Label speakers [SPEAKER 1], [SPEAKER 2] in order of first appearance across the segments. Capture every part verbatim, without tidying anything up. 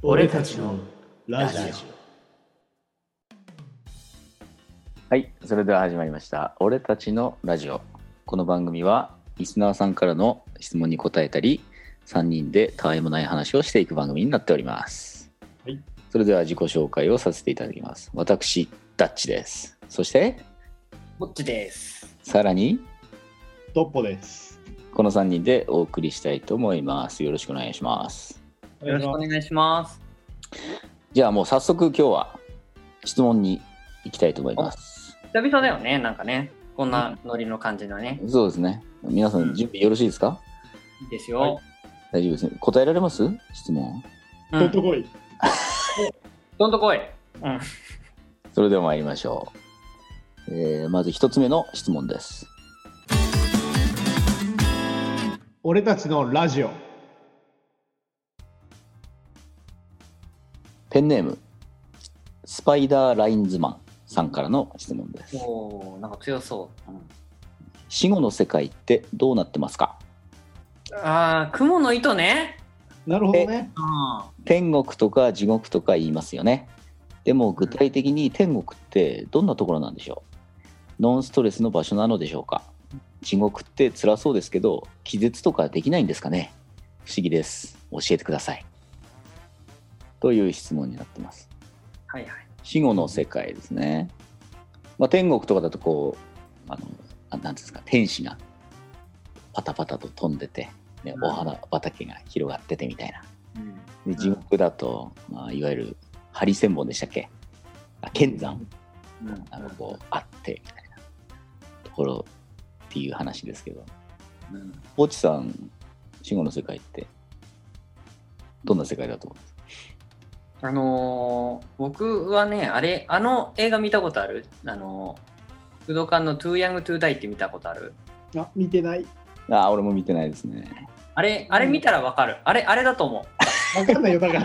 [SPEAKER 1] 俺たちのラジオ。
[SPEAKER 2] はい、それでは始まりました俺たちのラジオ。この番組はリスナーさんからの質問に答えたり、さんにんでたわいもない話をしていく番組になっております、
[SPEAKER 1] はい、
[SPEAKER 2] それでは自己紹介をさせていただきます。私ダッチです。そして
[SPEAKER 3] ぼっちです。
[SPEAKER 2] さらに
[SPEAKER 1] トッポです。
[SPEAKER 2] このさんにんでお送りしたいと思います。よろしくお願いします。
[SPEAKER 3] よろしくお願いします。
[SPEAKER 2] じゃあもう早速今日は質問に行きたいと思います。
[SPEAKER 3] 久々だよね、なんかね、こんなノリの感じのね。
[SPEAKER 2] そうですね。皆さん準備よろしいですか？
[SPEAKER 3] いいですよ、
[SPEAKER 1] はい、
[SPEAKER 2] 大丈夫ですね。答えられます？質問。
[SPEAKER 1] どんとこい。
[SPEAKER 3] どんとこい。うん。
[SPEAKER 2] それでは参りましょう。えー、まず一つ目の質問です。
[SPEAKER 1] 俺たちのラジオ。
[SPEAKER 2] ペンネームスパイダーラインズマンさんからの質問です。
[SPEAKER 3] おー、なんか強そう、うん、
[SPEAKER 2] 死後の世界ってどうなってますか？
[SPEAKER 3] あー、雲の糸ね。
[SPEAKER 1] なるほどね。
[SPEAKER 2] 天国とか地獄とか言いますよね。でも具体的に天国ってどんなところなんでしょう？ノンストレスの場所なのでしょうか？地獄って辛そうですけど気絶とかできないんですかね？不思議です。教えてください。という質問になってます。
[SPEAKER 3] はいはい。
[SPEAKER 2] 死後の世界ですね。まあ、天国とかだとこうあのなんていうんですか、天使がパタパタと飛んでて、ね、お花畑が広がっててみたいな。うん、で地獄だと、まあ、いわゆるハリセンボンでしたっけ、あ剣山、うん、なんかこうあってみたいなところっていう話ですけど、うん、ポチさん死後の世界ってどんな世界だと思いますか？
[SPEAKER 3] あのー、僕はね、あれ、あの映画見たことある？あのー、武道館の Too Young to Die って見たことある？
[SPEAKER 1] あ、見てない。
[SPEAKER 2] あ、俺も見てないですね。
[SPEAKER 3] あれ、あれ見たらわかる。あれ、あれだと思う。
[SPEAKER 1] わかんないよ、だから。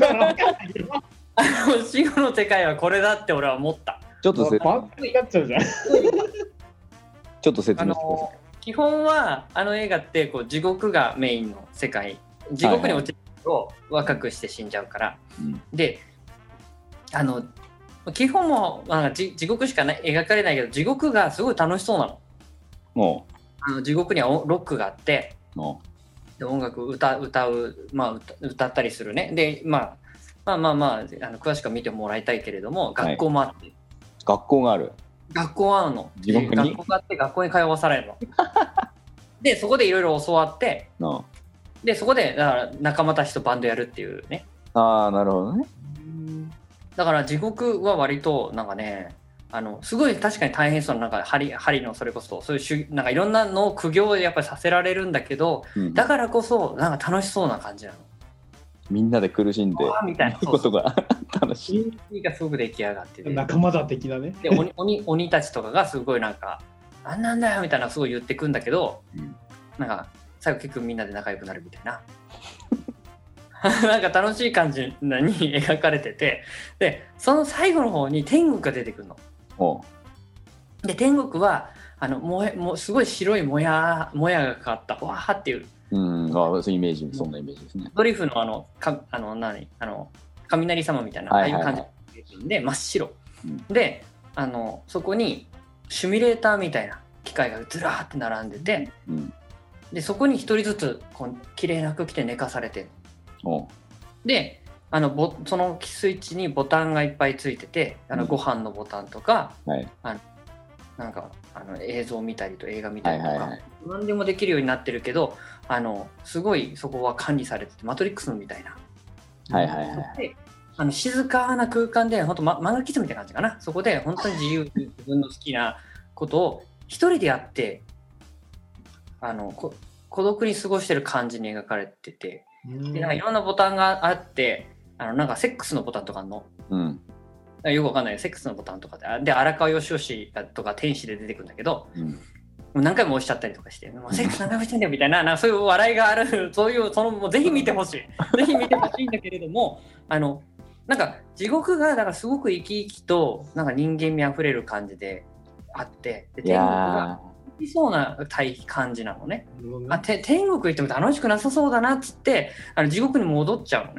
[SPEAKER 3] あの死後の世界はこれだって俺は思った。
[SPEAKER 2] ちょっとせ
[SPEAKER 1] バッになっちゃうじゃん。
[SPEAKER 2] ちょっと説明してください。
[SPEAKER 3] 基本はあの映画ってこう地獄がメインの世界、地獄に落ちると若くして死んじゃうから、はいはい、であの基本もなんか地獄しかない描かれないけど、地獄がすごい楽しそうなの。もうあの地獄にはロックがあって、もうで音楽 歌, 歌う、まあ、歌, 歌ったりするね。で、まあ、まあまあまああの詳しく見てもらいたいけれども、学校もあって、はい、
[SPEAKER 2] 学校がある
[SPEAKER 3] 学校があるの。
[SPEAKER 2] 地獄に
[SPEAKER 3] 学校があって学校に通わされるの。でそこでいろいろ教わって、no. でそこでだから仲間たちとバンドやるっていうね。
[SPEAKER 2] ああ、なるほどね。
[SPEAKER 3] だから地獄は割となんかね、あのすごい確かに大変そうな、なんか針針のそれこそそういうなんかいろんなのを苦行でやっぱりさせられるんだけど、うん、だからこそなんか楽しそうな感じなの。
[SPEAKER 2] みんなで苦しんで
[SPEAKER 3] みたいな
[SPEAKER 2] ことが楽しい。
[SPEAKER 3] 雰囲気がすごく出来上がってて、
[SPEAKER 1] 仲間だ的なね。
[SPEAKER 3] で 鬼, 鬼, 鬼たちとかがすごいなんかあんなんだよみたいなすごい言ってくんだけど、うん、なんか最後結局みんなで仲良くなるみたいな。なんか楽しい感じに描かれてて、でその最後の方に天国が出てくるの。おで天国はあのもえもすごい白いもやもやがかかったわーっていう、
[SPEAKER 2] うん、あそういうイメージ、そんなイメージですね。
[SPEAKER 3] ドリフのあのかあの何あの雷様みたいな、ああいう感じで真っ白、うん、であのそこにシミュレーターみたいな機械がずらーって並んでて、うん、でそこに一人ずつこう綺麗な服着て寝かされて、おであのボそのスイッチにボタンがいっぱいついてて、あのご飯のボタンとか、うん、はい、あのなんかあの映像見たりと映画見たりとか、はいはいはい、何でもできるようになってるけど、あのすごいそこは管理されててマトリックスみたいな、はいはいはい、であの静かな空間で本当、ま、漫画喫茶みたいな感じかな。そこで本当に自由に自分の好きなことを一人でやってあのこ孤独に過ごしてる感じに描かれてて、でなんかいろんなボタンがあって、あのなんかセックスのボタンとかあんの、うん、よくわかんないセックスのボタンとかで、で荒川よしよしとか天使で出てくるんだけど、うん、もう何回も押しちゃったりとかして、もうセックス何回もしてんだよみたいな、なんかそういう笑いがある、そういうそのもうぜひ見てほしいぜひ見てほしいんだけれども、あのなんか地獄がだからすごく生き生きとなんか人間味あふれる感じであって、で天国がいそうな感じなのね。あて天国行っても楽しくなさそうだなっつって、あの地獄に戻っちゃうのね。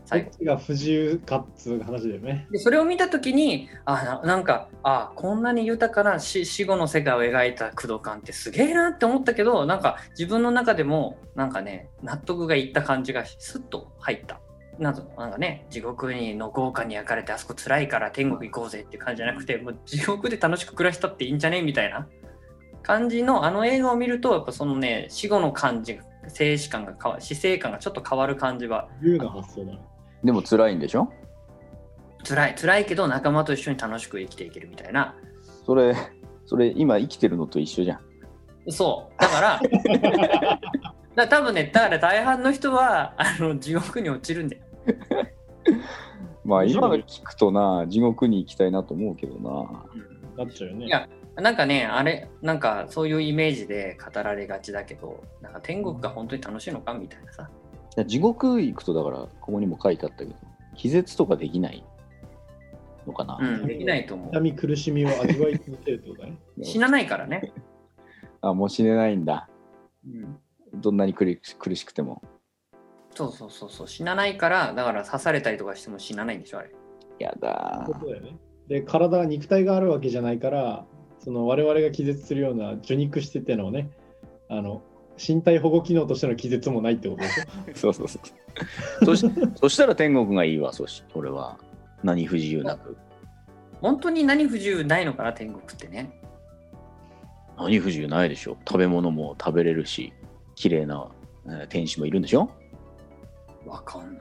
[SPEAKER 3] 最後
[SPEAKER 1] こっちが不自由かっつう話だよね。
[SPEAKER 3] でそれを見た時にあななんかあこんなに豊かな死死後の世界を描いた工藤館ってすげえなって思ったけど、なんか自分の中でもなんかね納得がいった感じがスッと入った。なんとなんかね地獄にの豪華に焼かれてあそこ辛いから天国行こうぜって感じじゃなくて、もう地獄で楽しく暮らしたっていいんじゃねみたいな感じのあの映画を見ると、やっぱそのね死後の感じ生死感が変わ死生観がちょっと変わる感じは。
[SPEAKER 1] 自由な発想だね。
[SPEAKER 2] でも辛いんでしょ。
[SPEAKER 3] 辛い辛いけど仲間と一緒に楽しく生きていけるみたいな。
[SPEAKER 2] それそれ今生きてるのと一緒じゃん。
[SPEAKER 3] そうだからだ多分ねだから大半の人はあの地獄に落ちるんだよ。
[SPEAKER 2] まあ今の聞くとな地獄に行きたいなと思うけどな。
[SPEAKER 1] なっちゃうよね。
[SPEAKER 3] いやなんかねあれなんかそういうイメージで語られがちだけど、なんか天国が本当に楽しいのかみたいなさ。
[SPEAKER 2] いや地獄行くとだからここにも書いてあったけど気絶とかできないのかな。
[SPEAKER 3] うん、できないと思
[SPEAKER 1] 痛み苦しみを味わい続けるってことだね。
[SPEAKER 3] う。死なないからね。
[SPEAKER 2] あもう死ねないんだ。
[SPEAKER 3] うん、
[SPEAKER 2] どんなに苦苦しくても。
[SPEAKER 3] そうそうそうそう死なないから、だから刺されたりとかしても死なないんでしょあれ。
[SPEAKER 2] やだ
[SPEAKER 1] そうだよね。で体肉体があるわけじゃないから、その我々が気絶するような受肉しててのね、あの身体保護機能としての気絶もないってことでし
[SPEAKER 2] そうそうそうそしそしたら天国がいいわ。そし俺は何不自由なく。
[SPEAKER 3] 本当に何不自由ないのかな天国ってね。
[SPEAKER 2] 何不自由ないでしょ。食べ物も食べれるし綺麗な、えー天使もいるんでしょ。
[SPEAKER 3] わかんない。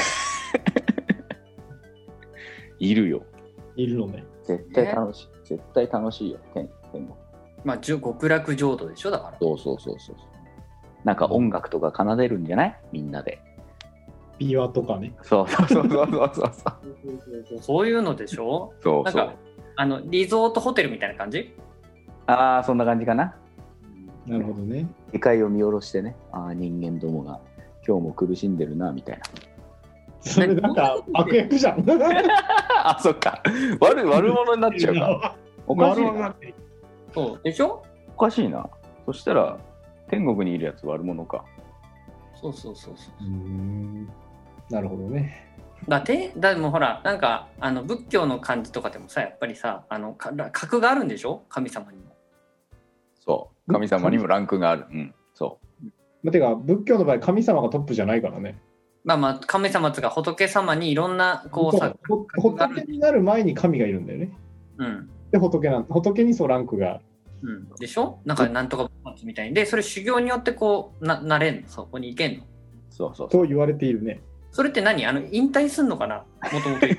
[SPEAKER 2] いるよ。
[SPEAKER 1] いるのね。
[SPEAKER 2] 絶対楽しい、絶対楽しいよ天天国。
[SPEAKER 3] まあじゅ極楽浄土でしょだから。
[SPEAKER 2] そうそうそうそう。なんか音楽とか奏でるんじゃないみんなで。
[SPEAKER 1] ビワとかね。
[SPEAKER 2] そうそうそうそうそうそう
[SPEAKER 3] そういうのでしょ。
[SPEAKER 2] そうそう
[SPEAKER 3] なんかあのリゾートホテルみたいな感じ。
[SPEAKER 2] ああそんな感じかな。
[SPEAKER 1] なるほどね。
[SPEAKER 2] 世界を見下ろしてね、ああ人間どもが今日も苦しんでるなみたいな。
[SPEAKER 1] それなんか悪役じゃん。
[SPEAKER 2] あそっか悪悪者になっちゃうか。おかしいな。
[SPEAKER 3] そうでしょ。
[SPEAKER 2] おかしいな。そしたら天国にいるやつ悪者か。
[SPEAKER 3] そうそうそうそう。
[SPEAKER 1] うーんなるほどね。
[SPEAKER 3] だってだもうほらなんかあの仏教の感じとかでもさやっぱりさあのか格があるんでしょ神様にも。
[SPEAKER 2] そう神様にもランクがある。うんそう。
[SPEAKER 1] まあ、てか仏教の場合神様がトップじゃないからね。
[SPEAKER 3] まあまあ神様とか仏様にいろんなこうさ
[SPEAKER 1] ほ仏になる前に神がいるんだよね。
[SPEAKER 3] うん
[SPEAKER 1] で仏なん仏にそうランクがある。
[SPEAKER 3] うん、でしょなんかなんとかみたいにでそれ修行によってこうななれんのそこに行けんの。
[SPEAKER 2] そうそうそう。
[SPEAKER 1] と言われているね。
[SPEAKER 3] それって何あの引退すんのかなもともと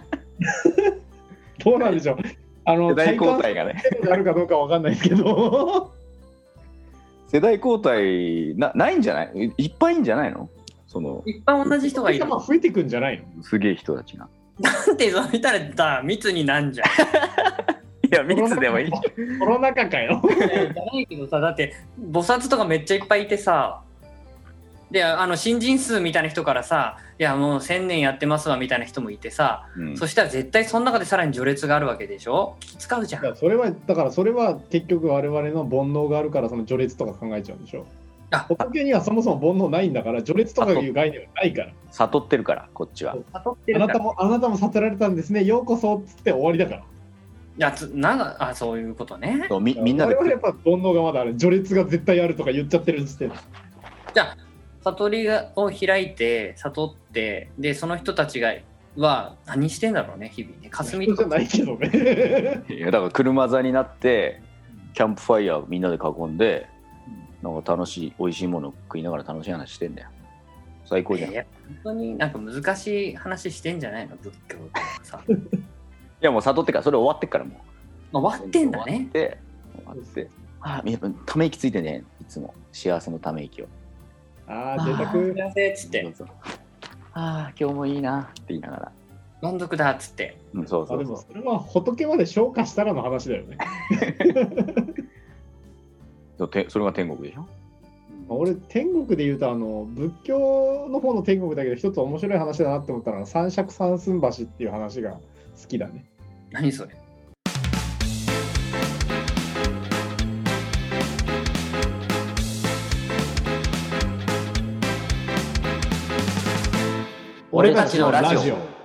[SPEAKER 1] どうなんでしょう。あの
[SPEAKER 2] 世代交代がね。
[SPEAKER 1] あるかどうかわかんないですけど。
[SPEAKER 2] 世代交代 な, ないんじゃない？いっぱいいんじゃないの？その
[SPEAKER 3] いっぱい同じ人がいる。
[SPEAKER 1] 神様増えていくんじゃないの？
[SPEAKER 2] すげえ人たちが。
[SPEAKER 3] なんでそう見たらさ密になんじゃん。
[SPEAKER 2] いや密でもいい。
[SPEAKER 1] コロナ禍かよ。
[SPEAKER 3] じゃないけどさだって菩薩とかめっちゃいっぱいいてさであの新人数みたいな人からさいやもうせんねんやってますわみたいな人もいてさ、うん、そしたら絶対その中でさらに序列があるわけでしょ。気使うじゃん。
[SPEAKER 1] いやそれはだからそれは結局我々の煩悩があるからその序列とか考えちゃうんでしょ。あ仏にはそもそも煩悩ないんだから序列とかいう概念はないから。
[SPEAKER 2] 悟ってるからこっちは。
[SPEAKER 3] 悟ってるから。
[SPEAKER 1] あなたもあなたも悟られたんですねようこそっつって終わりだから。
[SPEAKER 3] いやつなんかあそういうことね。
[SPEAKER 2] そう み, みんなで
[SPEAKER 1] 我々やっぱ煩悩がまだある序列が絶対あるとか言っちゃってる時点で。
[SPEAKER 3] じゃあ悟りを開いて悟ってでその人たちがは何してんだろうね日々ね。霞
[SPEAKER 1] 人じゃないけどね。
[SPEAKER 2] いやだから車座になってキャンプファイヤーみんなで囲んでなんか楽しい美味しいもの食いながら楽しい話してんだよ。最高じゃん。
[SPEAKER 3] いや本当になんか難しい話してんじゃないの仏教とかさ。
[SPEAKER 2] いやもう悟ってからそれ終わってからもう
[SPEAKER 3] 終わってんだね。
[SPEAKER 2] 終わって終わってああため息ついてねいつも幸せのため息を。
[SPEAKER 1] ああ贅沢
[SPEAKER 3] 幸せっつって
[SPEAKER 2] ああ今日もいいなって言いながら
[SPEAKER 3] 満足だっつって、
[SPEAKER 2] うん、そうそうそう。
[SPEAKER 1] でもそれは仏まで昇華したらの話だよね。
[SPEAKER 2] それが天国でしょ。
[SPEAKER 1] 俺天国でいうとあの仏教の方の天国だけど一つ面白い話だなって思ったのは三尺三寸橋っていう話が好きだね。
[SPEAKER 3] 何それ。
[SPEAKER 1] 大
[SPEAKER 3] 俺たちのラジオ。